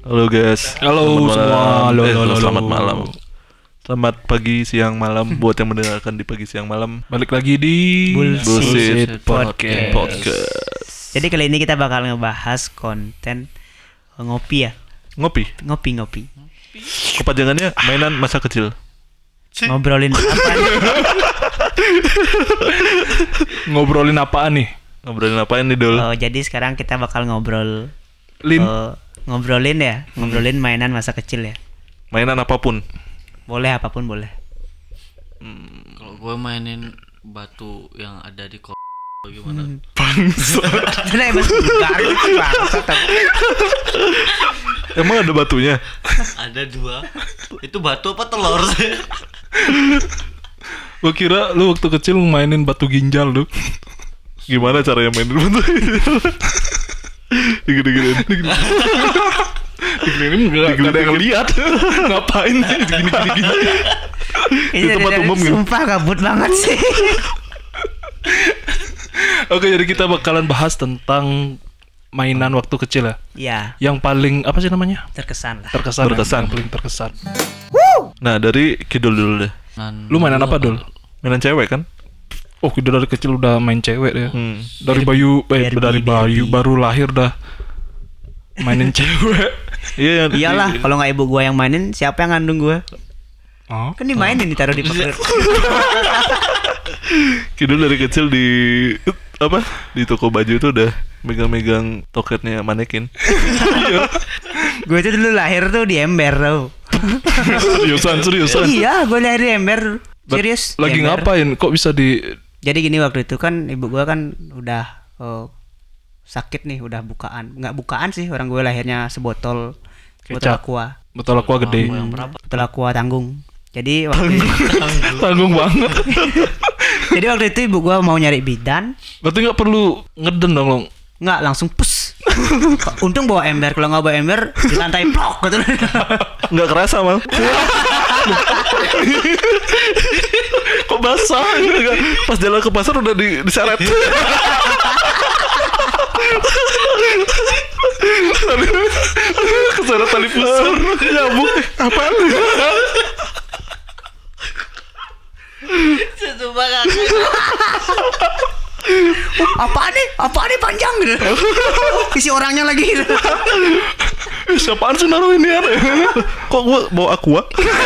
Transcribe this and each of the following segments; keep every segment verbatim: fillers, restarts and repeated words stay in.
Halo guys. Halo Selamat semua. malam. Halo, Eh, halo, selamat halo. malam. Selamat pagi, siang, malam buat yang mendengarkan di pagi, siang, malam. Balik lagi di Bullshit Bullshit Podcast. Podcast. Jadi kali ini kita bakal ngebahas konten ngopi ya, Ngopi. ngopi-ngopi. Kepanjangannya mainan masa kecil. Ngobrolin apa? ngobrolin apaan nih? Ngobrolin apain nih, Dul? Oh, jadi sekarang kita bakal ngobrol, Lin. eh, ngobrolin ya, ngobrolin mainan masa kecil ya. Mainan apapun. Boleh apapun boleh. Kalau gue mainin batu yang ada di kol gimana? Itu lah emang garis bangsat. Emang ada batunya? Ada dua. Itu batu apa telur sih? Gua kira lu waktu kecil mainin batu ginjal lu. Gimana caranya mainin batu? Digede-gedein. Ini enggak ada yang lihat. Ngapain gini-gini. Ini Di tempat dari- umum gitu. Sumpah kabut banget sih. Oke, jadi kita bakalan bahas tentang mainan waktu kecil ya. Ya, Yang paling apa sih namanya? terkesan lah. Terkesan. Berkesan. Yang paling terkesan. Nah, dari Kidul dulu deh. Nan- Lu mainan apa, Dul? Mainan cewek kan? Oh, kita dari kecil udah main cewek ya. Hmm. Dari bayu, eh, Barbie, dari bayu Barbie. baru lahir dah mainin cewek. Iya, yang Iyalah, di- kalau nggak ibu gua yang mainin, siapa yang ngandung gua? Oh. Kan dimainin, ditaruh di perut. Kidul dari kecil di apa? Di toko baju itu udah megang-megang toketnya manekin. Gue itu dulu lahir tuh di ember tau. seriusan, seriusan. Iya, gue lahir di ember. Serius. di Lagi ember. ngapain? Kok bisa di Jadi gini, waktu itu kan ibu gua kan udah oh, sakit nih, udah bukaan. Nggak bukaan sih, orang gue lahirnya sebotol botol Kecap. aqua. botol aqua gede? Yang berapa? Botol aqua tanggung. Jadi waktu Tanggung banget. Jadi waktu itu ibu gua mau nyari bidan, Berarti nggak perlu ngeden dong, Long. nggak langsung pus. Untung bawa ember, kalau nggak bawa ember di lantai plok gitu. Nggak kerasa, Mal. Kok basah? Pas jalan ke pasar udah di, diseret. Kesana tali pusar. Nyambung. Apaan? Sumpah kan. Apa nih? Apa nih panjang gitu. Isi orangnya lagi gitu. Eh, siapaan sih naruh ini ya? Kok gua bawa aqua?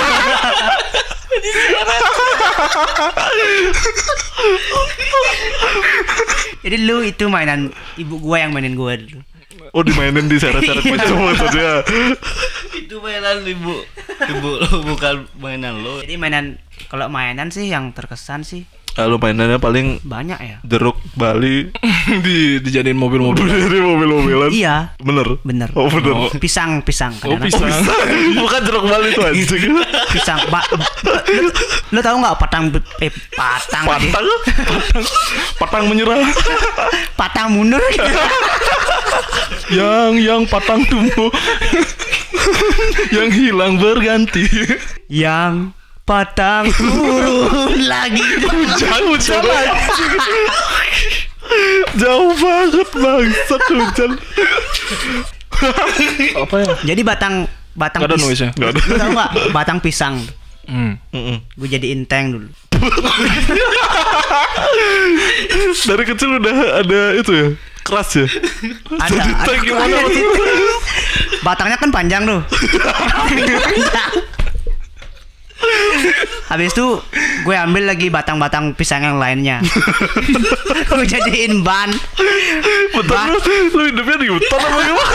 Jadi lu itu mainan ibu gua yang mainin gua dulu. Oh, dimainin di seret-seret macam maksudnya. Itu mainan ibu. Ibu lo bukan mainan lo. Jadi mainan, kalau mainan sih yang terkesan sih Lalu mainannya paling banyak ya. jeruk Bali. di dijadiin mobil-mobil. Dari mobil-mobilan. Iya, Bener. bener. Oh, bener. Oh. Pisang, pisang. Oh, Kadang-kadang pisang. Bukan jeruk Bali itu anjing. pisang. Ba- ba- lu, lu tahu nggak patang eh, patang lagi. Patang. Patang menyerah. patang mundur gitu. yang yang patang tumbuh. Yang hilang berganti. Yang patang turun lagi. Jauh jalan. Jauh banget bangsat hujan. Apa ya? Jadi batang batang Nggak ada noise-nya? Nggak ada. Lu tahu nggak batang pisang? Hmm. Mm-mm. Gue jadiin tank dulu. Dari kecil udah ada itu ya. Keras ya. Ada, Jadi ada tank gimana, ada Mas? situ. Batangnya kan panjang tuh. Habis itu gue ambil lagi batang-batang pisang yang lainnya. Gue jadiin ban. Betul Ba- lu, lu hidupnya di hutan apa gimana?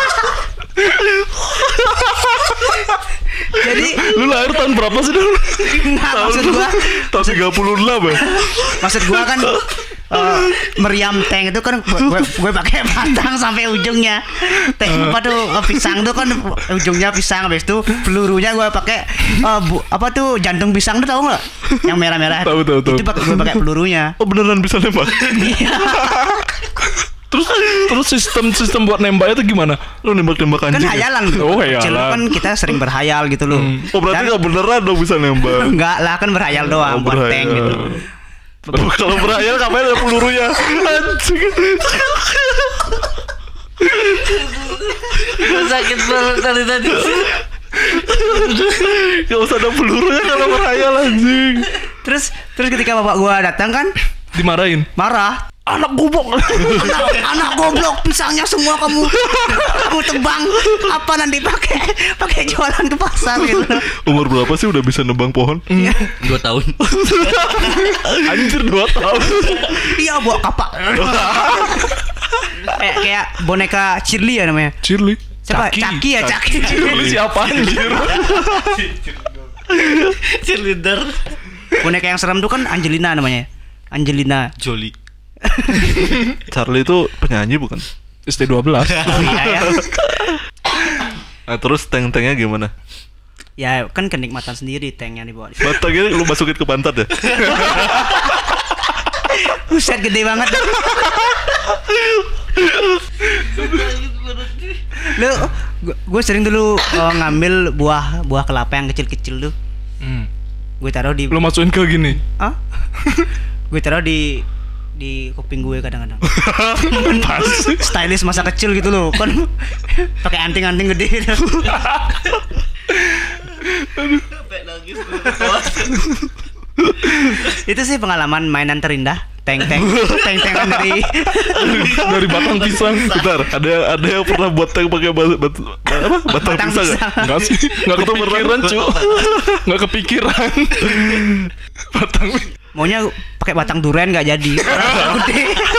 Jadi Lu lahir tahun berapa sih dulu? nggak, maksud gua tahun tiga puluh enam ya? maksud gua kan eh, meriam tank itu kan gue gue pakai batang sampai ujungnya. Tank apa tuh eh, pisang tuh kan ujungnya pisang, habis itu pelurunya gue pakai eh, bu- apa tuh jantung pisang tuh, tahu nggak? Yang merah-merah. Tahu, tahu, tahu. Itu pakai gue pakai pelurunya. Oh, beneran bisa nembak? Iya. Terus terus sistem sistem buat nembaknya itu gimana? Lu nembak-nembak Kan anjing ya? hayalan. Oh, Kecil hayalan. kan kita sering berhayal gitu loh. Oh, berarti Dan- gak beneran dong bisa nembak? enggak lah, kan berhayal doang Oh, buat berhayal. tank gitu. Kalau berhayal ngapain ada pelurunya? Anjing. Sakit banget tadi tadi. Gak usah ada pelurunya kalau merayal anjing. Terus terus ketika bapak gua datang kan Dimarahin. marah. Anak goblok. anak, anak goblok, pisangnya semua kamu kamu tebang, apa nanti pakai pakai jualan ke pasar gitu. Umur berapa sih udah bisa nebang pohon? Dua tahun. Anjir dua tahun. Iya bawa kapak. kayak kayak boneka Shirley ya namanya. Shirley. Siapa? Caki ya Caki. Shirley siapa anjir? Cheerleader. Boneka yang serem tuh kan Angelina namanya. Angelina. Jolie. Charlie itu penyanyi bukan? S T dua belas. Oh iya ya. Nah terus tank-tanknya gimana? Ya kan kenikmatan sendiri tank yang dibawa. Batangnya lu masukin ke pantat ya? Buset gede banget. Lu gue sering dulu uh, ngambil buah buah kelapa yang kecil-kecil tuh. Hmm. Gue taruh di Lu masukin ke gini. Hah? Gue taruh di di kuping gue kadang-kadang. Pas. Stylish masa kecil gitu loh. Kan pakai anting-anting gede gitu. Itu sih pengalaman mainan terindah. Tank-tank, tank-tankan dari Dari batang pisang. Bentar, ada ada yang pernah buat tank pakai bat, bat, apa? Batang, batang pisang pisang. nggak? Enggak sih. Enggak kepikiran, cu. Enggak kepikiran. Batang. Maunya pakai batang durian nggak jadi. Gede.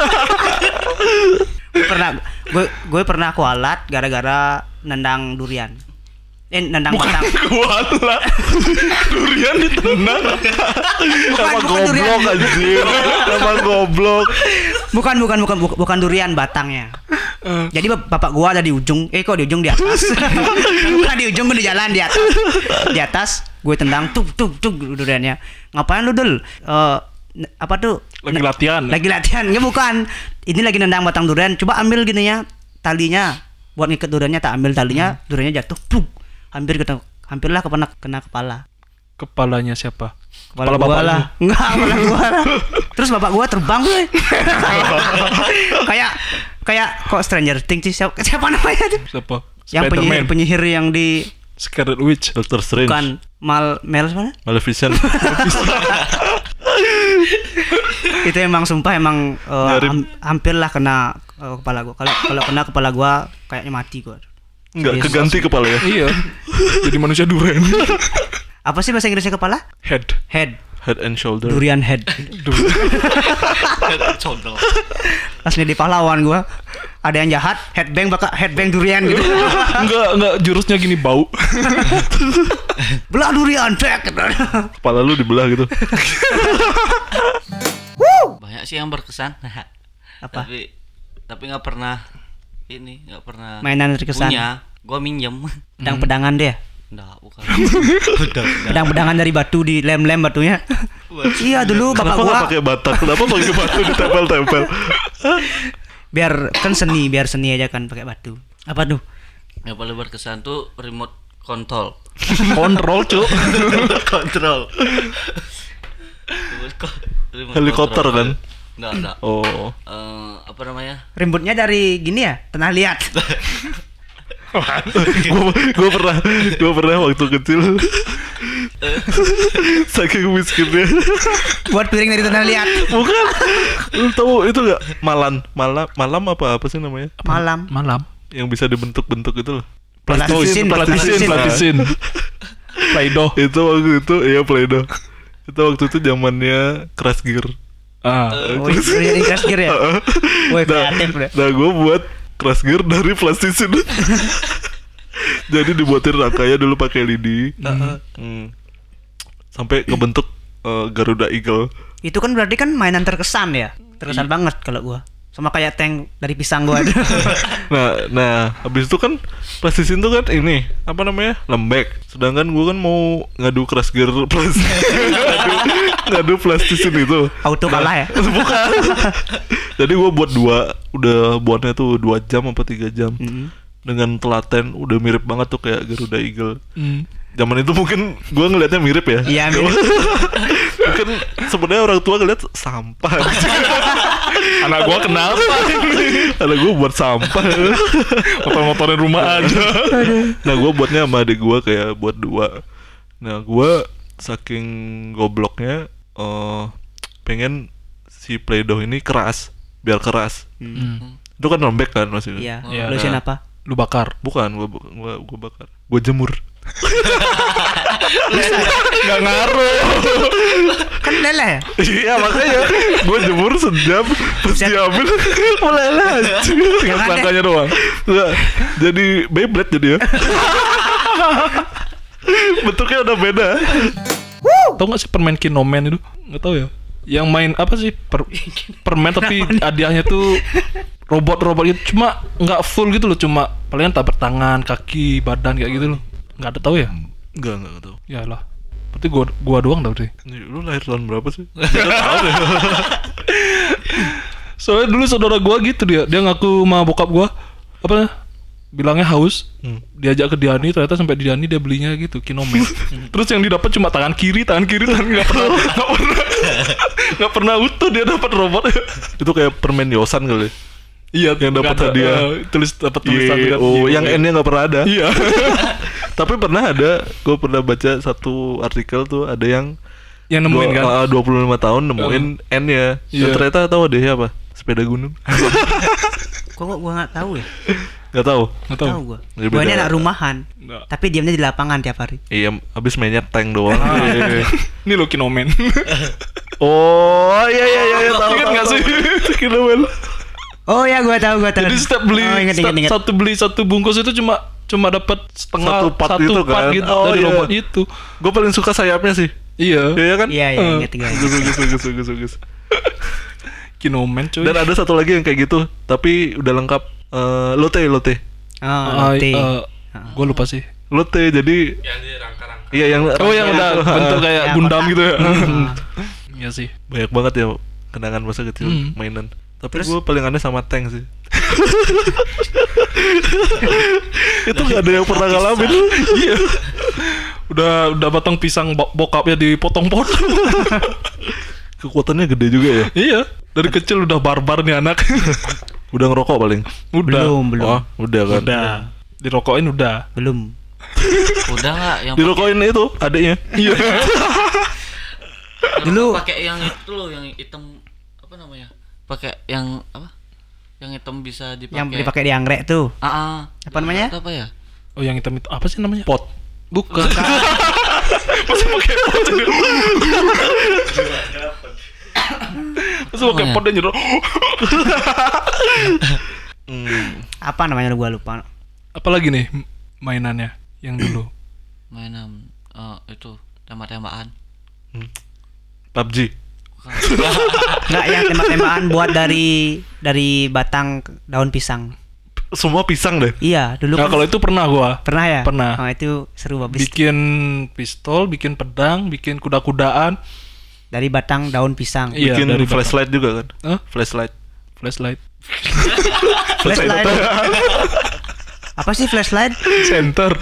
Gue pernah gue gue pernah kualat gara-gara nendang durian. Eh nendang batang. Kuala. Durian ditendang. Sama bukan durian. goblok anjir. Sama goblok. Bukan bukan bukan bukan, bukan durian batangnya. Jadi bap- bapak gua ada di ujung, eh kok di ujung di atas. Bukan di ujung, gua di jalan di atas. Di atas gue tendang tuk tuk tuk duriannya. Ngapain lu Dul? Eh, n- apa tuh? Lagi N- latihan. Lagi latihan. Enggak bukan. Ini lagi nendang batang durian. Coba ambil gini ya talinya. Buat ngikat duriannya tak ambil talinya, duriannya jatuh. Tuk. Hampir kena hampirlah kena kena kepala. Kepalanya siapa? Kepala, Kepala gua bapaknya. lah. Enggak, kepala gua lah. Terus bapak gua terbang gue. kayak kayak kok Stranger Things sih siapa, siapa namanya tuh? Siapa? Yang penyihir Spiderman. penyihir yang di Scarlet Witch. Doctor Strange. bukan Mal Mel mana? Maleficent. Itu emang sumpah emang uh, Nyari- ham- hampirlah kena uh, kepala gua. Kalau kalau kena kepala gua kayaknya mati gua. Enggak Serius. keganti kepala ya. Iya. Jadi manusia durian. Apa sih bahasa Inggrisnya kepala? Head. Head. Head and shoulder. Durian head. Condol. Pas jadi pahlawan gua. Ada yang jahat, headbang bakal headbang durian gitu. Enggak, enggak jurusnya gini bau. Belah durian, cek. Kepala lu dibelah gitu. Banyak sih yang berkesan. Apa? Tapi tapi nggak pernah ini nggak pernah Mainan terkesan. punya. Gua minjem. Pedang-pedangan deh. Enggak, bukan. Pedang-pedangan dari batu di lem-lem batunya. Iya dulu bapak Kenapa gua nggak pakai batang? Kenapa pakai batu ditempel-tempel? biar kan seni, biar seni aja kan pakai batu. Apa tuh? Yang paling berkesan tuh remote control. Kontrol, Cuk. Kontrol. Remote co- remote Helikopter control. kan? Enggak, enggak. Oh. Eh, apa namanya? Remote-nya dari gini ya, pernah lihat. gue gue pernah gue pernah waktu kecil saking miskinnya Buat piring dari tanah liat. bukan lu tahu itu nggak malam malam malam apa apa sih namanya Malam. Malam. yang bisa dibentuk-bentuk itu loh Plastisin, Platisin, plastisin. platisin. Play-Doh. itu waktu itu iya Play-Doh itu waktu itu zamannya Crash Gear. Ah. Oh, ini ini crash gear ya. Woi, nah, kreatif udah. nah gue buat Crash Gear dari plastisin. Jadi dibuatin rangkanya dulu pakai lidi. Hmm. Sampai kebentuk uh, Garuda Eagle. Itu kan berarti kan mainan terkesan ya. Terkesan banget kalau gua. Sama kayak tank dari pisang gua. Nah, nah, habis itu kan plastisin tuh kan ini apa namanya lembek. Sedangkan gua kan mau ngadu Crash Gear plus ngadu, ngadu plastisin itu. Auto kalah ya. Bukan. Jadi gua buat dua, udah buatnya tuh dua jam apa tiga jam. Mm-hmm. Dengan telaten udah mirip banget tuh kayak Garuda Eagle. Hmm. Zaman itu mungkin gua ngelihatnya mirip ya. Iya, mirip. Mungkin sebenarnya orang tua ngeliat sampah. Anak gua kenapa ini? Anak gue buat sampah. Motor-motorin rumah aja. Nah gue buatnya sama adik gue kayak buat dua. Nah gue saking gobloknya uh, pengen si Play-Doh ini keras, biar keras. Hmm. Itu kan lembek kan maksudnya. Iya. Iya. Lotion Nah. apa? Lu bakar. Bukan, gue gua, gua bakar. Gue jemur. Nggak ngaruh. Kan leleh. Iya makanya gue jemur sejam, terus diambil meleleh anjir. Tinggal selangkanya doang. Nggak, jadi Beyblade jadi ya. Bentuknya udah beda. Tau gak sih permen Kinoman itu? Nggak tahu ya. Yang main apa sih? Per, permen tapi hadiahnya tuh robot-robot gitu. Cuma nggak full gitu loh. Cuma palingan tapak tangan, kaki, badan kayak gitu loh. Nggak ada tahu ya? Enggak, enggak tahu. Ya lah. Berarti gua gua doang tau deh. Lu lahir tahun berapa sih? Enggak tahu deh. Soalnya dulu saudara gua gitu dia. Dia ngaku sama bokap gua apa? Bilangnya haus. Hmm. Diajak ke Diani, ternyata sampai di Diani dia belinya gitu Kinoman. Terus yang didapat cuma tangan kiri, tangan kiri, tangan nggak pernah, nggak pernah, nggak pernah utuh dia dapat robot. Itu kayak permen Yosan kali. Iya, Yang dapat nggak ada, hadiah. eh, tulis dapat tulisan Iya, kan. oh, Iya. yang N-nya nggak pernah ada. Iya. Tapi pernah ada, gue pernah baca satu artikel tuh ada yang Yang nemuin dua, kan. uh, dua puluh lima tahun nemuin N-nya. Dan Iya. ternyata tahu deh apa? Sepeda gunung. Kok gua nggak tahu ya? Gak tahu. Nggak tahu. Tahu gua. Jadi Gua ini beda. anak rumahan. Nggak. Tapi diamnya di lapangan tiap hari. Iya, abis mainnya tank doang. Ah. Iya. Ini lo Kinoman. Oh, iya iya iya, iya tahu. Ingat tahu, nggak tahu. sih? Kinoman. Oh ya, gua tahu, gua tahu. Jadi setiap beli Oh, ingat, setiap ingat, ingat. satu beli satu bungkus itu cuma cuma dapat setengah Satu part gitu kan. gitu Oh, dari iya. robot itu. Gue paling suka sayapnya sih. Iya. Iya kan? Iya, iya, Eh. ingat, ingat. Gus gus gus gus gus gus. Kinoman cuy. Dan ada satu lagi yang kayak gitu, tapi udah lengkap. Eh, lote lote. Oh, Ah, T. eh, gua lupa sih. Lote jadi Yang di rangka-rangka. iya yang Oh yang udah itu, bentuk ha. kayak Ya, Gundam kotak. gitu ya. Hmm. Iya sih. Banyak banget ya kenangan masa kecil Hmm. mainan. Tapi Terus? gue paling aneh sama tank sih. Itu gak ada yang pernah ngalamin. Iya. Udah udah batang pisang bo- bokapnya dipotong-potong. Kekuatannya gede juga ya. Iya. Dari kecil udah barbar nih anak. Udah ngerokok paling. Udah. Belum, belum. Oh, udah kan. Udah. Dirokokin udah. Belum. Udah nggak yang Dirokokin itu adiknya. Iya. pakai- Dulu- pakai yang itu loh, yang hitam apa namanya? Pakai yang apa? Yang hitam bisa dipakai. Yang dipakai di anggrek tuh. Ah, ah. Apa namanya? Itu apa ya? Oh yang hitam itu apa sih namanya? Pot. Bukan. Masa pakai pot? Masa pakai pot dan nyerok. Hmm. Apa namanya gua lupa. Apalagi nih mainannya yang dulu? Mainan eh, itu tembak-tembakan. P U B G. Enggak, yang tembak-tembakan buat dari dari batang daun pisang. Semua pisang deh. Iya, dulu Nah kan kalau itu pernah gua. pernah ya? Pernah. Oh, itu seru babis. Bikin pistol, bikin pedang, bikin kuda-kudaan. Dari batang daun pisang. Iya, Bikin dari flashlight juga kan. Hah? Flashlight. Flashlight. Flashlight. Apa sih flashlight? Center.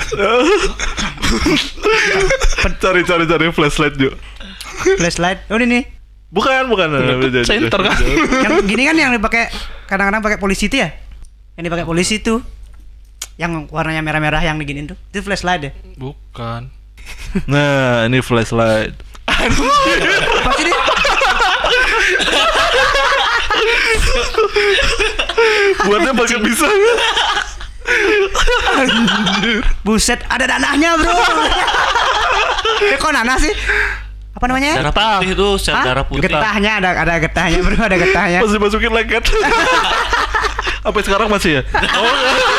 cari cari cari flashlight juga. Flashlight. Oh, ini nih. Bukan, bukan. Itu center kan? Yang gini kan yang dipakai kadang-kadang pakai polisi itu ya? Yang dipakai polisi itu. Yang warnanya merah-merah yang diginiin tuh. Itu flashlight ya? Bukan. Nah, ini flashlight. Apa sih ini? Buatnya pakai pisang. Buset, ada danahnya, Bro. Eh, kok nanah sih? Apa namanya? Darah putih itu, sel Hah? darah putih. Getahnya ada ada getahnya, Bro, ada getahnya. Masih masukin lengket. Sampai sekarang masih ya? Oh,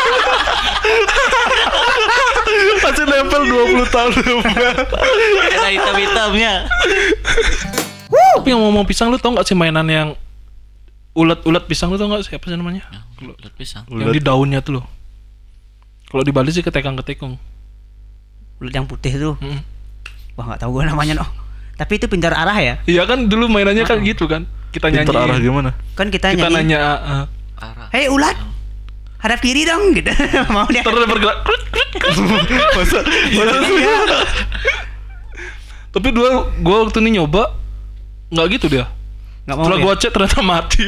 masih nempel dua puluh tahun. Ada hitam-hitamnya. Tapi yang ngomong pisang lu tau gak sih mainan yang ulet-ulet pisang lu tau gak sih apa sih namanya? Ulet pisang. Yang di daunnya tuh loh. Kalau di Bali sih ketekang-ketekung. Ulet yang putih tuh. Mm. Wah, nggak tahu gua namanya, no. Tapi itu pintar arah ya? Iya kan dulu mainannya kan gitu kan. Kita nyanyi. Pinter arah gimana? Kan kita, Kita nyanyi. nanya uh, Arah. Hei ulat, hadap kiri dong, gitu. Mau dia. terus dia bergerak. Masa, masa sih? Iya. Tapi dua gua waktu ini nyoba nggak gitu dia. Nggak mau Setelah ya? gua cek ternyata mati.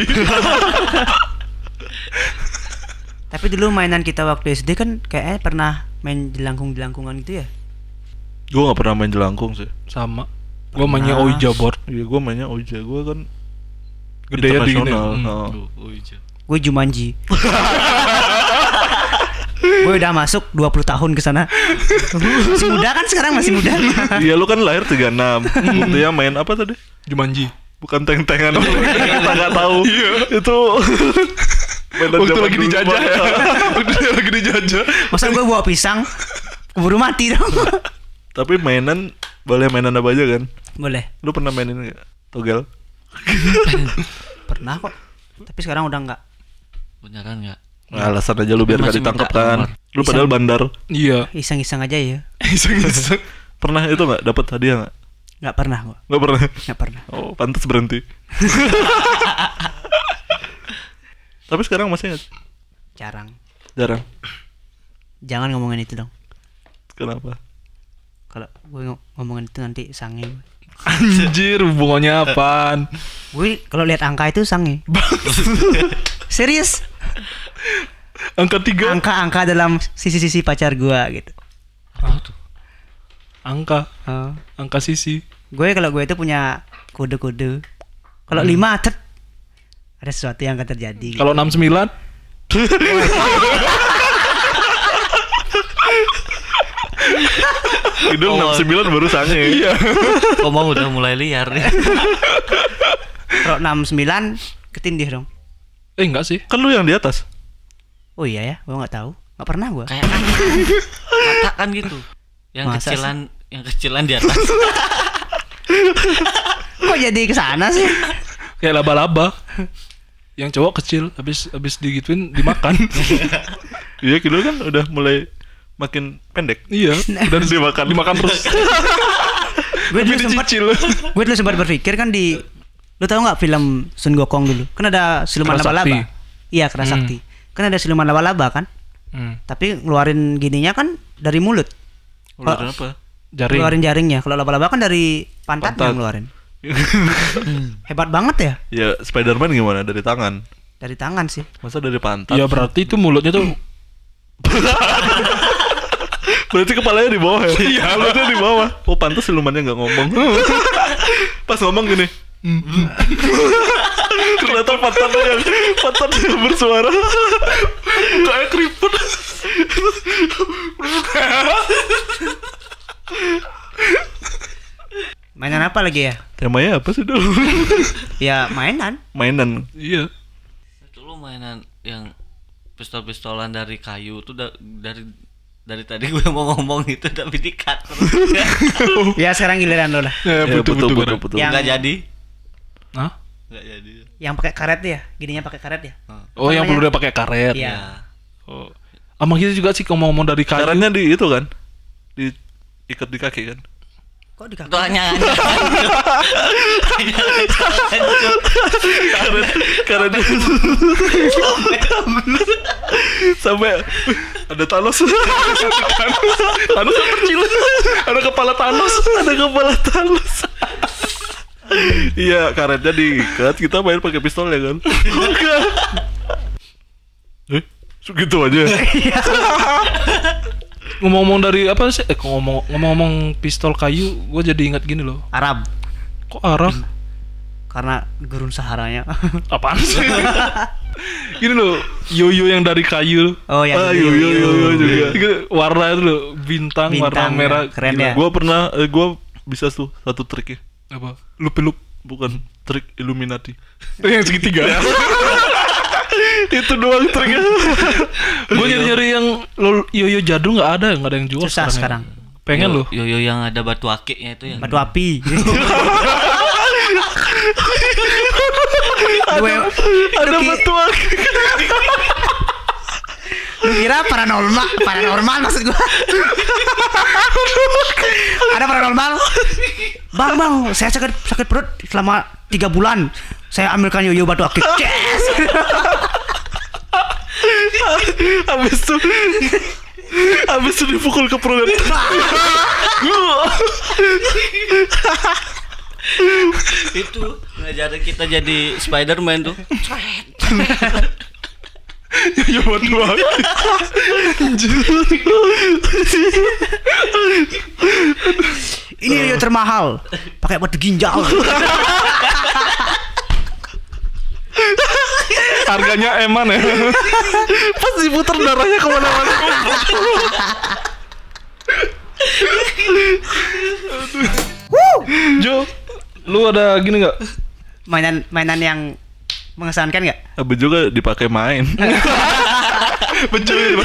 Tapi dulu mainan kita waktu S D kan kayaknya pernah main jelangkung-jelangkungan gitu ya. Gue nggak pernah main jelangkung sih. Sama. Gua mainnya Pernah. Ouija board. Iya, gue mainnya Ouija. Gue kan Gede ya di gini. internasional. Hmm. Nah. Tuh, oh iya. Gue Jumanji. Gue udah masuk dua puluh tahun ke sana. Masih muda kan sekarang masih muda. Iya, lu kan lahir tiga puluh enam. Buktinya main apa tadi? Jumanji. Bukan teng-tengan. Kita nggak tahu. Itu mainan Waktu zaman lagi dulu dijajah ya. banget. Waktu dia lagi dijajah. Masa gue bawa pisang keburu mati dong. Tapi mainan boleh mainan apa aja kan? Boleh. Lu pernah mainin nggak? Togel? Pernah kok. Tapi sekarang udah enggak. Beneran nggak? Nah, alasan aja lu biar Tapi gak masih ditangkap minta kan. nomor. Lu padahal bandar. Iya. Iseng-iseng aja ya. Iseng-iseng. Pernah itu nggak dapat hadiah nggak? Nggak pernah kok. Nggak pernah. Nggak pernah. Oh, pantas berhenti. Tapi sekarang masih nggak? Jarang. Jarang. Jangan ngomongin itu dong. Kenapa? Kalau gue ng- ngomongin itu nanti sange. gue. Anjir, hubungannya apaan? Gue kalau lihat angka itu sange. Serius. Angka tiga. Angka-angka dalam sisi-sisi pacar gue gitu. Angka. Oh. Angka sisi. Gue kalau gue itu punya kode-kode. Kalau lima tet ada sesuatu yang akan terjadi. gitu. Kalau enam sembilan. Idul enam puluh sembilan baru sange. Iya. Kok mau udah mulai liar nih. Kalau enam sembilan ketindih dong. Eh enggak sih. Kan lu yang di atas. Oh iya ya, gue nggak tahu. Nggak pernah gue. Kayak kata, kata kan gitu. Yang Masa kecilan, yang kecilan di atas. Kok jadi ke sana sih? Kayak laba-laba. Yang cowok kecil, habis habis digituin dimakan. Iya, kilo kan udah mulai makin pendek. Iya. Dan dimakan. Dimakan terus. Gue Tapi dulu sempat, dicicil. gue dulu sempat berpikir kan di, lu tahu nggak film Sun Gokong dulu? Kan ada siluman Kerasakti. laba-laba. Iya, Kerasakti. Kan ada siluman laba-laba kan? Hmm. Tapi ngeluarin gininya kan dari mulut. Ngeluarin apa? Jaring. Ngeluarin jaringnya. Kalau laba-laba kan dari pantatnya Pantat. ngeluarin. Hebat banget ya. Ya, Spiderman gimana? Dari tangan. Dari tangan sih. Masa dari pantat? Ya berarti itu mulutnya tuh Berarti kepalanya di bawah ya? Iya, mulutnya di bawah. Oh, pantas silumannya nggak ngomong. Pas ngomong gini. Ternyata pantatnya yang pantatnya yang bersuara. Kayak keriput. Mainan apa lagi ya? Temanya apa sih dulu? Ya mainan. Mainan. iya. Dulu mainan yang pistol-pistolan dari kayu tuh da- dari dari tadi gue mau ngomong itu tapi di-cut terus. Ya sekarang giliran lo lah. Ya, Ya, betul betul, betul. betul, betul. Yang- Nggak jadi. Hah? Nggak jadi. Yang pakai karet ya? Gininya pakai karet ya? Oh, yang namanya? perlu dia pakai karet. Iya. Oh. Sama gitu juga sih ngomong-ngomong dari kayu. Karetnya di itu kan? Di ikat di kaki kan? Kok di kaki? Itu hanya Karet karetnya sampai ada Thanos. Thanos yang kecil. Ada kepala Thanos. Ada kepala Thanos. Iya, karetnya diikat, kita main pakai pistol ya kan? Eh, segitu aja. Ngomong-ngomong dari apa sih? Eh, ngomong ngomong-ngomong pistol kayu, gue jadi ingat gini loh. Arab. Kok Arab? Karena gurun Saharanya. Apaan sih? Gini loh, yoyo yang dari kayu. Oh ya. Ah, yo yo yo yo juga. Gitu, warna itu loh, bintang, warna Bintang, merah. keren Gila. ya. Gua pernah, eh, gua bisa tuh satu triknya. Apa? Lup-lup. Bukan trik Illuminati. Yang segitiga. Itu doang triknya. Gue nyari-nyari yang lo- yoyo jadul nggak ada, nggak ada yang jual Susah sekarang. ya. Pengen loh. Yoyo yang ada batu akiknya itu yang Batu api. Gue Ada lu ki- batu akik. Lu kira paranormal, paranormal maksud gua. Ada paranormal. Bang, bang, saya sakit sakit perut selama tiga bulan. Saya ambilkan yoyo batu akik. Yes. Habis itu Habis itu dipukul ke perut. Itu ngajarin kita jadi Spider-Man tuh. Ya buat doang. Ini yoyo termahal, pakai batu ginjal. Harganya eman ya. Pas diputer darahnya kemana-mana. Jo, lu ada gini nggak? Mainan-mainan yang mengesankan nggak? Abis juga dipakai main. Bencul ya,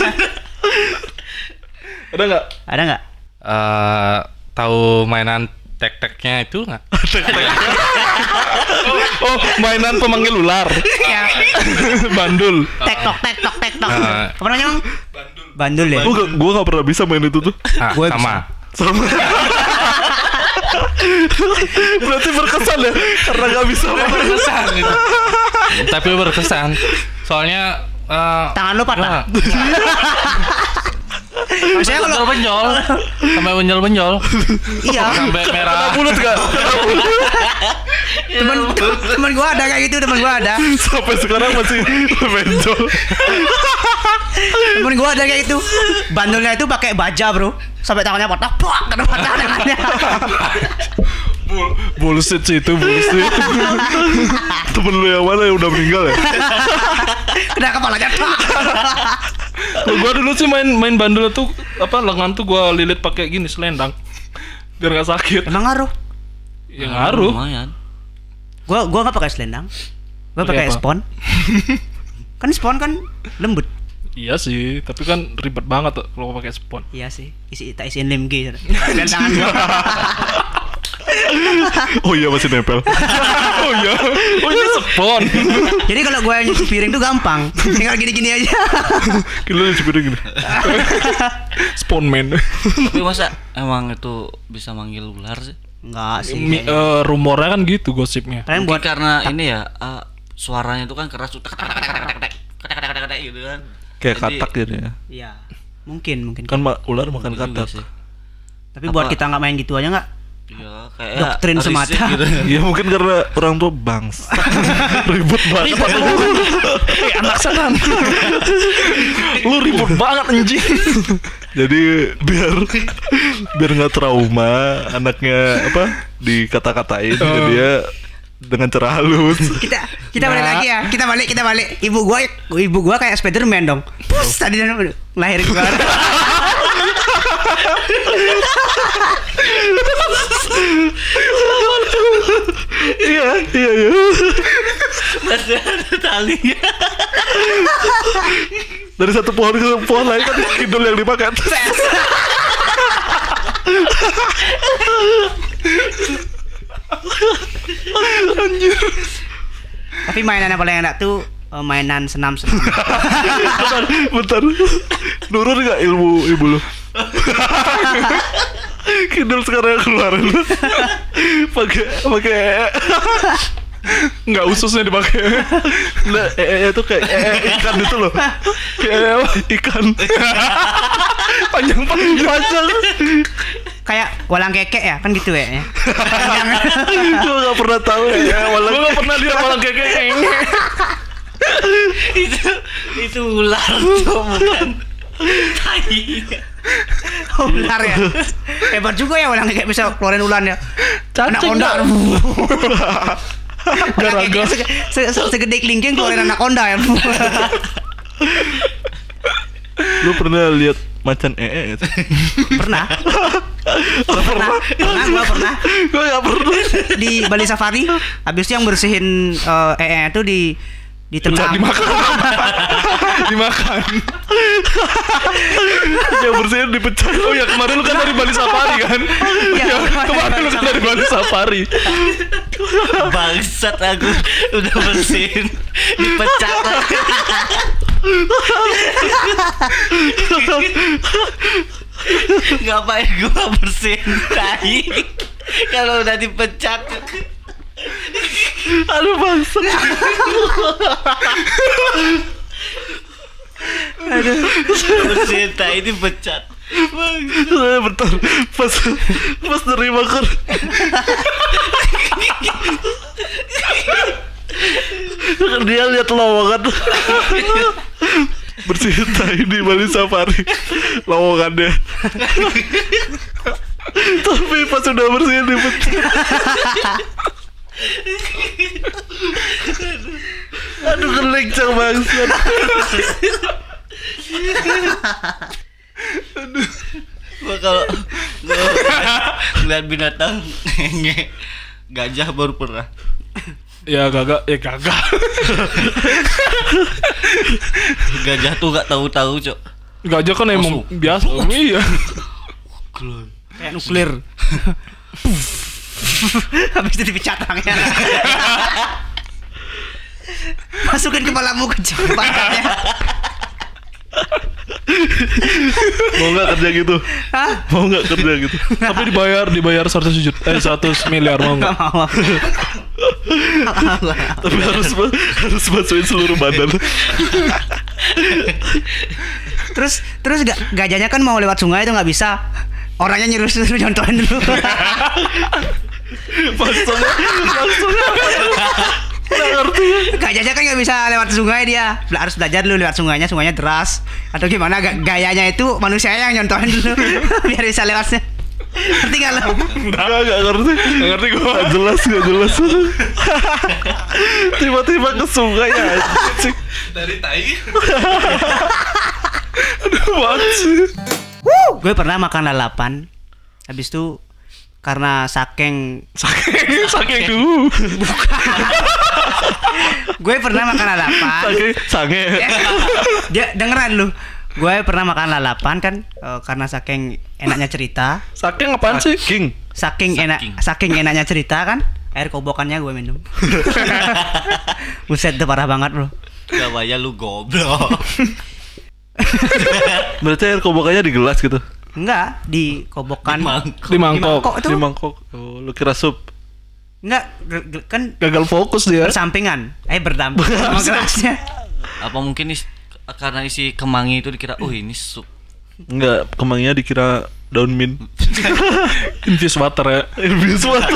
ada nggak? Ada nggak? Eh, tahu mainan tek-teknya itu nggak? Oh, mainan pemanggil ular. Ya. Bandul. Tektok, tektok, tektok. Ah. Apa namanya bang? Bandul ya. Gue gak, gue gak pernah bisa main itu tuh. Ah, Gua sama. Sama. Berarti berkesan ya karena gak bisa main. Berkesan gitu. Tapi berkesan. Soalnya eh, Tangan lu patah. gua- Maksudnya kalau benjol-benjol, sampai benjol-benjol, iya, sampai merah. Mulut gak? teman teman gua ada kayak gitu, teman gua ada. Sampai sekarang masih benjol. Temen gua ada kayak itu. Bandulnya itu pakai baja, Bro. Sampai tangannya patah, plak, kena patah tangannya. Bullshit sih itu, bullshit. Temen lu yang mana yang udah meninggal ya? Kena kepalanya, plak. Kalau gua dulu sih main main bandul tuh apa lengan tuh gua lilit pakai gini selendang biar nggak sakit. Emang ngaruh? Ya ngaruh. Lumayan. Gua gua enggak pakai selendang. Gua Pakai pakai apa? spon. Kan spon kan lembut. Iya sih, tapi kan ribet banget tuh kalau pakai spon. Iya sih. Isi tak isiin lem G. Selendangan gua. Oh iya masih nempel. Oh iya, oh ini spon. Jadi kalau gua nyuci piring tuh gampang. Tinggal gini-gini aja. Lu nyuci piring gini. Spon man. Tapi masa emang itu bisa manggil ular sih? Enggak sih. Mi- eh, rumornya kan gitu gosipnya. Kalian Mungkin buat karena ini ya eh, suaranya itu kan keras tuh, tek tek tek tek tek tek tek tek tek tek gitu kan. Kayak Jadi, katak gitu ya. Iya. Mungkin, mungkin. Kan ma- ular makan juga katak. sih. Tapi buat apa- kita nggak main gitu aja nggak? Iya, kayak Doktrin risik semata. gitu. Iya mungkin karena orang tua bangsa. Ribut banget. Eh anak setan. Lu ribut banget anjing. Jadi biar biar nggak trauma anaknya apa dikata-katain jadi dia dengan cara halus. Kita kita balik lagi ya. Kita balik, kita balik. Ibu gua ibu gua kayak Spiderman dong. Pus tadi lahirin gua. Iya iya iya. Masih ada talinya. Dari satu pohon ke pohon lain kan kidul yang dipakai. Tapi mainan yang paling enak tuh eh, mainan senam-senam. Bentar, bentar. Nurun nggak ilmu ibu lu? Kidul sekarang yang keluarin lu. Pakai pakai Nggak ususnya dipakai. nah, eh, eh, itu kayak eh, eh, ikan itu loh. Kayak eh, apa? Ikan. Panjang-panjang. Panjang. Kayak walang kekek ya, kan gitu ya. Gue gak pernah tahu ya. Walau Gue nggak pernah lihat malang kayak kayak itu itu ular tuh bukan tai. Ular ya. Hebat juga ya walang kekek bisa keluarin ulan ya. Anak Cacing konda. nggak? Garaga se se- se- segede kelingking keluarin anak konda ya. lu pernah lihat macan ee gitu? Pernah. Pernah. Pernah gua pernah. Gue gak pernah. Di Bali Safari habis itu yang bersihin eh ee itu di di tengah Dimakan. Dimakan. Yang bersihin dipecah. Oh ya kemarin lu kan dari Bali Safari kan? Iya, Ya, kemarin lu kan dari Bali Safari. Bangsat aku udah bersihin dipecat lagi. Ngapain gua bersihin tai kalau udah dipecat. Aduh bangsa. Bersihin tai dipecat. Eh, bentar. Pas pas nerima kan. Dia lihat lowongan bersihin tai di Bali Safari, lowongannya. Tapi pas udah bersihin dipecat. Aduh kelencang bangsat. Gua kalau gua ngeliat binatang nge gajah baru pernah. Ya gagak, ya gagak. Gajah tuh gak tahu-tahu, Cok. Gajah kan emang Masuk. biasa. Iya. Kayak nuklir. Habis itu dipecat orangnya. Masukin kepalamu ke jembatannya. Mau nggak kerja gitu? Hah? Mau nggak kerja gitu? Tapi dibayar, dibayar seratus juta, eh seratus miliar mau Gak nggak? mau. Tapi harus harus masukin seluruh badan. Terus terus ga- gajahnya kan mau lewat sungai itu nggak bisa. Orangnya nyuruh suruh nyontohin dulu. Maksudnya, maksudnya nggak ngerti. Gajahnya kan nggak bisa lewat sungai dia. Bela- harus belajar dulu lewat sungainya, sungainya deras. Atau gimana ga- gayanya itu manusia yang nyontohin dulu biar bisa lewatnya. Ngerti nggak lo? Enggak, enggak ngerti. Enggak ngerti gua. Enggak jelas, enggak jelas. Tiba-tiba ke sungai ya. Anjing. Dari tai. Aduh, banget sih. Gue pernah makan lalapan. Habis itu karena saking Saking saking dulu. gue pernah makan lalapan. Saking sange. Dia dengeran lu. Gue pernah makan lalapan kan eh, karena saking enaknya cerita, Saking apaan sih? King. saking enak Saking. saking enaknya cerita kan, air kobokannya gue minum. Buset, itu parah banget, Bro. Gawaya lu goblok. Berarti air kobokannya di gelas gitu. Enggak, di kobokan. Di mangkok. Di mangkok. mangkok itu. Di mangkok. Oh, lu kira sup. Enggak, ge- ge- kan Gagal fokus dia. bersampingan. Eh berdampingan sama gelasnya. Apa mungkin is, karena isi kemangi itu dikira, oh ini sup. Enggak, kemangnya dikira daun mint. Infuse water ya. Infuse water.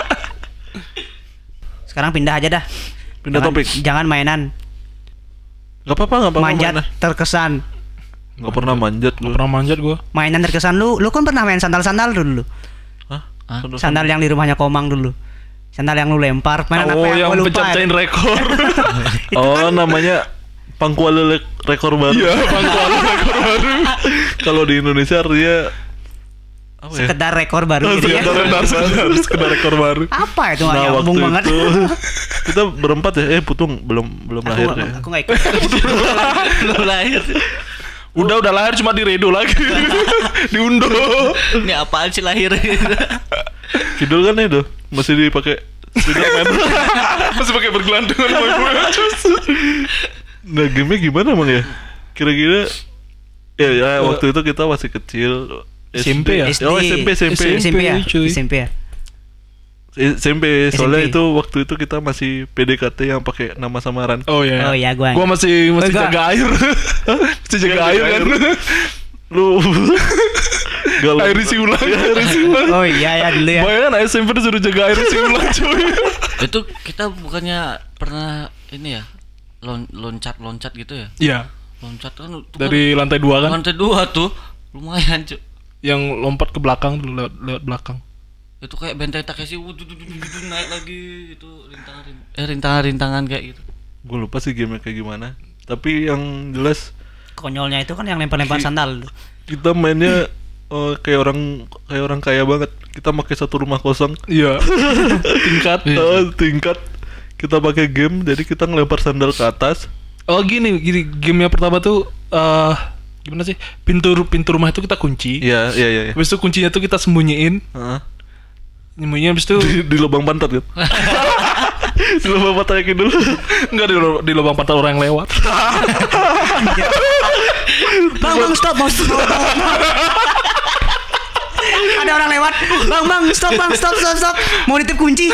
Sekarang pindah aja dah. Pindah Jangan- topik. Jangan mainan. Enggak apa-apa, enggak apa-apa. Manjat mainan. terkesan. Enggak pernah manjat Gak lu. pernah manjat gua. Mainan terkesan lu, lu kan pernah main sandal-sandal dulu. Hah? Hah? Sandal- Sandal yang di rumahnya Komang dulu. Sandal yang lu lempar. Mainan Oh, apa yang Gua lupa. pencapcain rekor. Oh, namanya pangkuale le- rekor baru. Iya, pangkuale rekor baru. Kalau di Indonesia dia apa ya? Sekedar rekor baru Oh, gitu ya. sekedar rekor baru. Sekedar rekor baru. Apa itu nggak Nah, nyambung waktu banget. itu kita berempat ya. Eh, Putung belum belum Aku, lahir aku, ya. aku nggak ikut. Lu lahir. Udah udah lahir cuma diredo lagi. Diundo. Ini apaan sih lahir? Kidul kan itu masih dipakai Spiderman. Masih pakai bergelantungan boy-boy. Nah, game-nya gimana emang ya? Kira-kira ya, ya waktu itu kita masih kecil. S M P ya? Oh, S M P, S M P. S M P ya, cuy. S M P ya. S M P soalnya S M P. itu waktu itu kita masih P D K T yang pakai nama samaran. Oh iya. Oh iya, gua. Gua masih masih Oh, gua- jaga air. Masih jaga Jaga air air. kan. Lu galau. Air isi ulang. Ya, air isi ulang. Oh iya ya dulu ya. Bayangkan S M P disuruh jaga air isi ulang cuy. Itu kita bukannya pernah ini ya lon loncat-loncat gitu ya? Iya. Loncat kan itu Dari lantai dua kan, kan, lantai dua tuh lumayan, Cuk. yang lompat ke belakang dulu lewat, lewat belakang. Itu kayak benteng Takeshi wudu, dudu, dudu, dudu, naik lagi itu rintangan rin- eh rintangan-rintangan kayak gitu. Gue lupa sih game kayak gimana. Tapi yang jelas Konyolnya itu kan yang lempar-lempar sandal. kita mainnya eh, kayak orang kayak orang kaya banget. Kita pakai satu rumah kosong. Iya. Tingkat. Eh, tingkat kita pakai game, jadi kita ngelempar sandal ke atas. Oh gini, gini game yang pertama tuh eh gimana sih? Pintu pintu rumah itu kita kunci. Iya, iya, iya. iya. Habis itu kuncinya tuh kita sembunyiin. Heeh. Nyembunyiin habis itu Di, di lubang pantat kan? Di lubang pantat kayak dulu. enggak di, lu- di lubang pantat orang yang lewat. Bang, bang, stop, bang, stop. Ada orang lewat, bang bang stop bang stop stop stop, mau nitip kunci.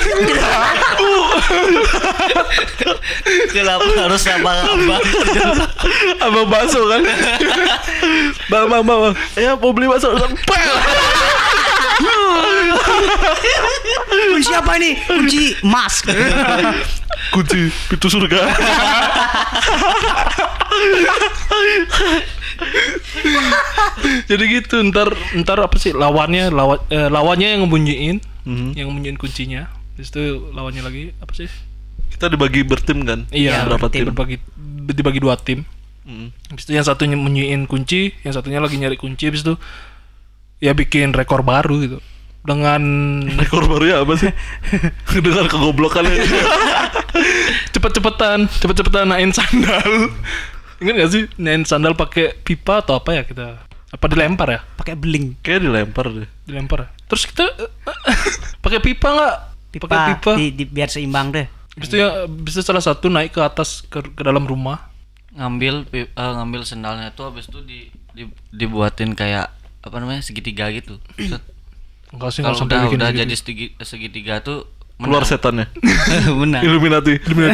Kenapa harus abang-abang? Abang bakso kan. Bang bang bang, bang. Ya mau beli bakso. Kunci apa ini? Kunci emas. Kunci pintu surga. Jadi gitu ntar ntar apa sih lawannya lawan eh, lawannya yang ngebunyiin Mhm. yang ngebunyiin kuncinya. Habis itu lawannya lagi apa sih? Kita dibagi bertim kan? Iya, Berapa tim? Berbagi dibagi dua tim. Mhm. Habis itu yang satunya nyembunyiin kunci, yang satunya lagi nyari kunci. Habis itu ya bikin rekor baru gitu. Dengan Rekor barunya apa sih? Dengan kegoblokannya. cepet-cepetan, cepet-cepetan naik sandal. Ingat gak sih naik sandal pakai pipa atau apa ya kita? Apa dilempar ya? Pakai beling. Kayak dilempar deh. Dilempar. Terus kita pakai pipa nggak? Pipa, Pakai pipa. Di, di, biar seimbang deh. Habis itu ya, bisa salah satu naik ke atas ke, ke dalam rumah. Ngambil pi- eh, ngambil sendalnya tuh habis itu di, di dibuatin kayak apa namanya segitiga gitu. Set. Enggak sih, enggak Kalau sampai udah bikin udah segitu. jadi segi- segitiga tuh Keluar menang. setannya. Menang. Illuminati.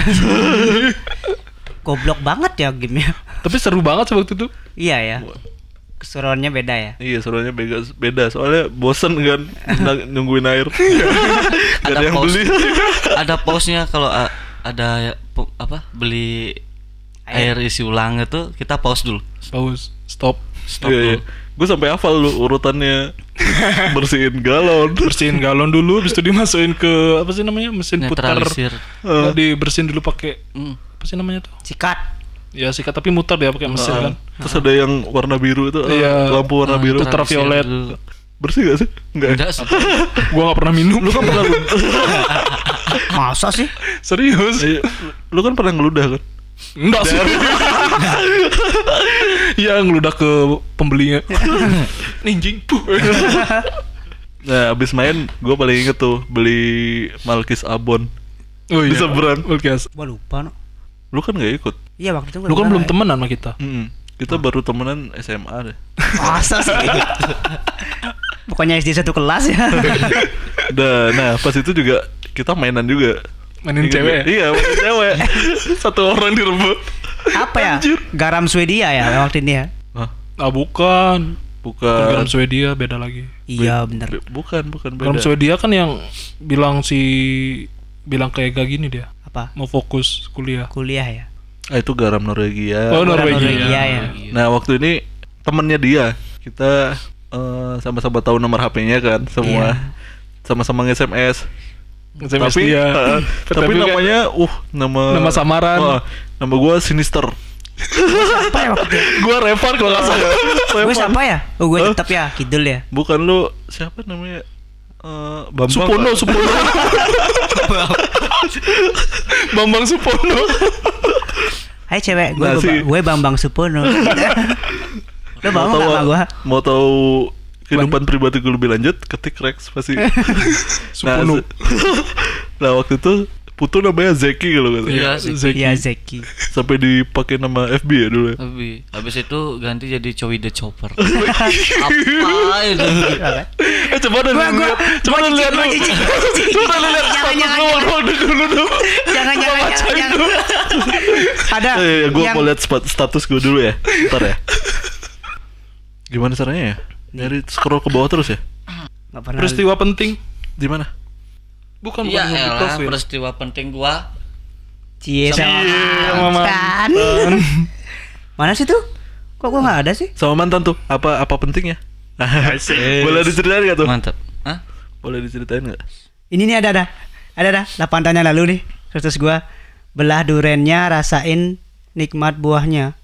Goblok banget ya gamenya. Tapi seru banget sih waktu itu. Iya ya. Keseruannya beda ya. Iya, serunya beda, beda. Soalnya bosen kan nang- nungguin air. Gak ada Ada yang pause. beli. Ada pause-nya kalau a- ada ya, pe- apa beli air. isi ulang itu kita pause dulu. Pause, stop. Stop Iya, iya. dulu. Gue sampai hafal lu urutannya. Bersihin galon. Bersihin galon dulu, habis itu dimasukin ke apa sih namanya? Mesin putar. Netralisir. Nggak, dibersihin dulu pakai Hmm. apa sih namanya tuh? Sikat. Ya sikat tapi muter dia pakai mesin kan. Terus ada yang warna biru itu, eh, Iya. lampu warna Ah, biru. netralisir ultraviolet. dulu. Bersih gak sih? Enggak. Enggak sih. Gua nggak pernah minum. Lu kan pernah Masa sih? Serius? Iya, lu kan pernah ngeludah kan? Enggak sih. Ya ngeludah ke pembelinya. Ninjing. Puh. Nah, abis main gue paling inget tuh beli Malkis Abon. Oh Di seberang. Oke. Gua lupa no. Lu kan gak ikut. Iya waktu itu gua Lu kan lupa, belum ya. temenan sama kita. Mm-mm. Kita baru temenan S M A deh. Masa sih? Pokoknya S D satu kelas ya. Dah, nah pas itu juga kita mainan juga. Mainin Ingat cewek gak? Iya, mainin cewek. Satu orang direbut. Apa ya? Garam Swedia ya waktu ini ya. Hah? Ah bukan. Bukan. Garam Swedia beda lagi. Iya bener. Be- bukan, bukan beda. Garam Swedia kan yang bilang si bilang kayak gak gini dia. Apa? Mau fokus kuliah. Kuliah ya. Ah, itu garam Norwegia. Oh, Garam Norwegia. Norwegia ya. Nah, waktu ini temennya dia, kita eh, sama-sama tahu nomor H P-nya kan, semua. Iya. Sama-sama nge-S M S. S M S tapi dia. eh, tapi Tapi kan- namanya uh nama Nama samaran. Wah, nama gua Sinister. Apa ya waktu itu? Gua Revan kalau nggak salah. Gue siapa ya? Oh gue Hah? tetap ya Kidul ya. Bukan lu siapa namanya? Eh, Bambang. Supono, kan? Supono. Bambang Supono. Hai cewek, gue Nah, si- gue Bambang Supono. Lo Mau mau tahu nggak sama gue? mau tahu kehidupan pribadi gue lebih lanjut, ketik Rex pasti. nah, Supono. se- nah waktu itu Putu namanya Zeki kalau gitu. Iya sih. Zeki. Iya Zeki. Sampai dipakai nama F B ya dulu ya. Habis habis itu ganti jadi Cowi the Chopper. Apa itu? Eh coba deh Gua- gua- lihat, gua coba deh cicing, lihat gua dulu. cicing, gua cicing. Coba deh lihat Jangan, status jangan, gua jangan. dulu dulu dulu. Jangan jangan jangan. bacain jangan. dulu. Ada Eh, gue yang mau lihat spat- status gue dulu ya. Ntar ya. Gimana caranya ya? Nyari scroll ke bawah terus ya? nggak pernah. Peristiwa penting. Di mana? Bukan Iya bukan di elah profil. peristiwa penting gua. Cie sama sama mantan. Mana sih tuh? Kok gue nggak ada sih? Sama mantan tuh. Apa apa pentingnya? Boleh diceritain gak tuh? Mantap. Hah? Boleh diceritain gak? Ini nih ada ada ada ada delapan tahun yang lalu nih. Terus gue belah durennya rasain nikmat buahnya.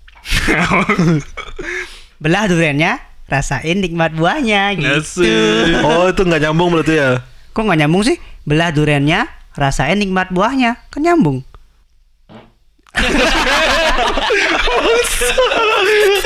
Belah durennya rasain nikmat buahnya gitu. Oh itu nggak nyambung berarti ya? Kok nggak nyambung sih? Belah durennya rasain nikmat buahnya kan nyambung.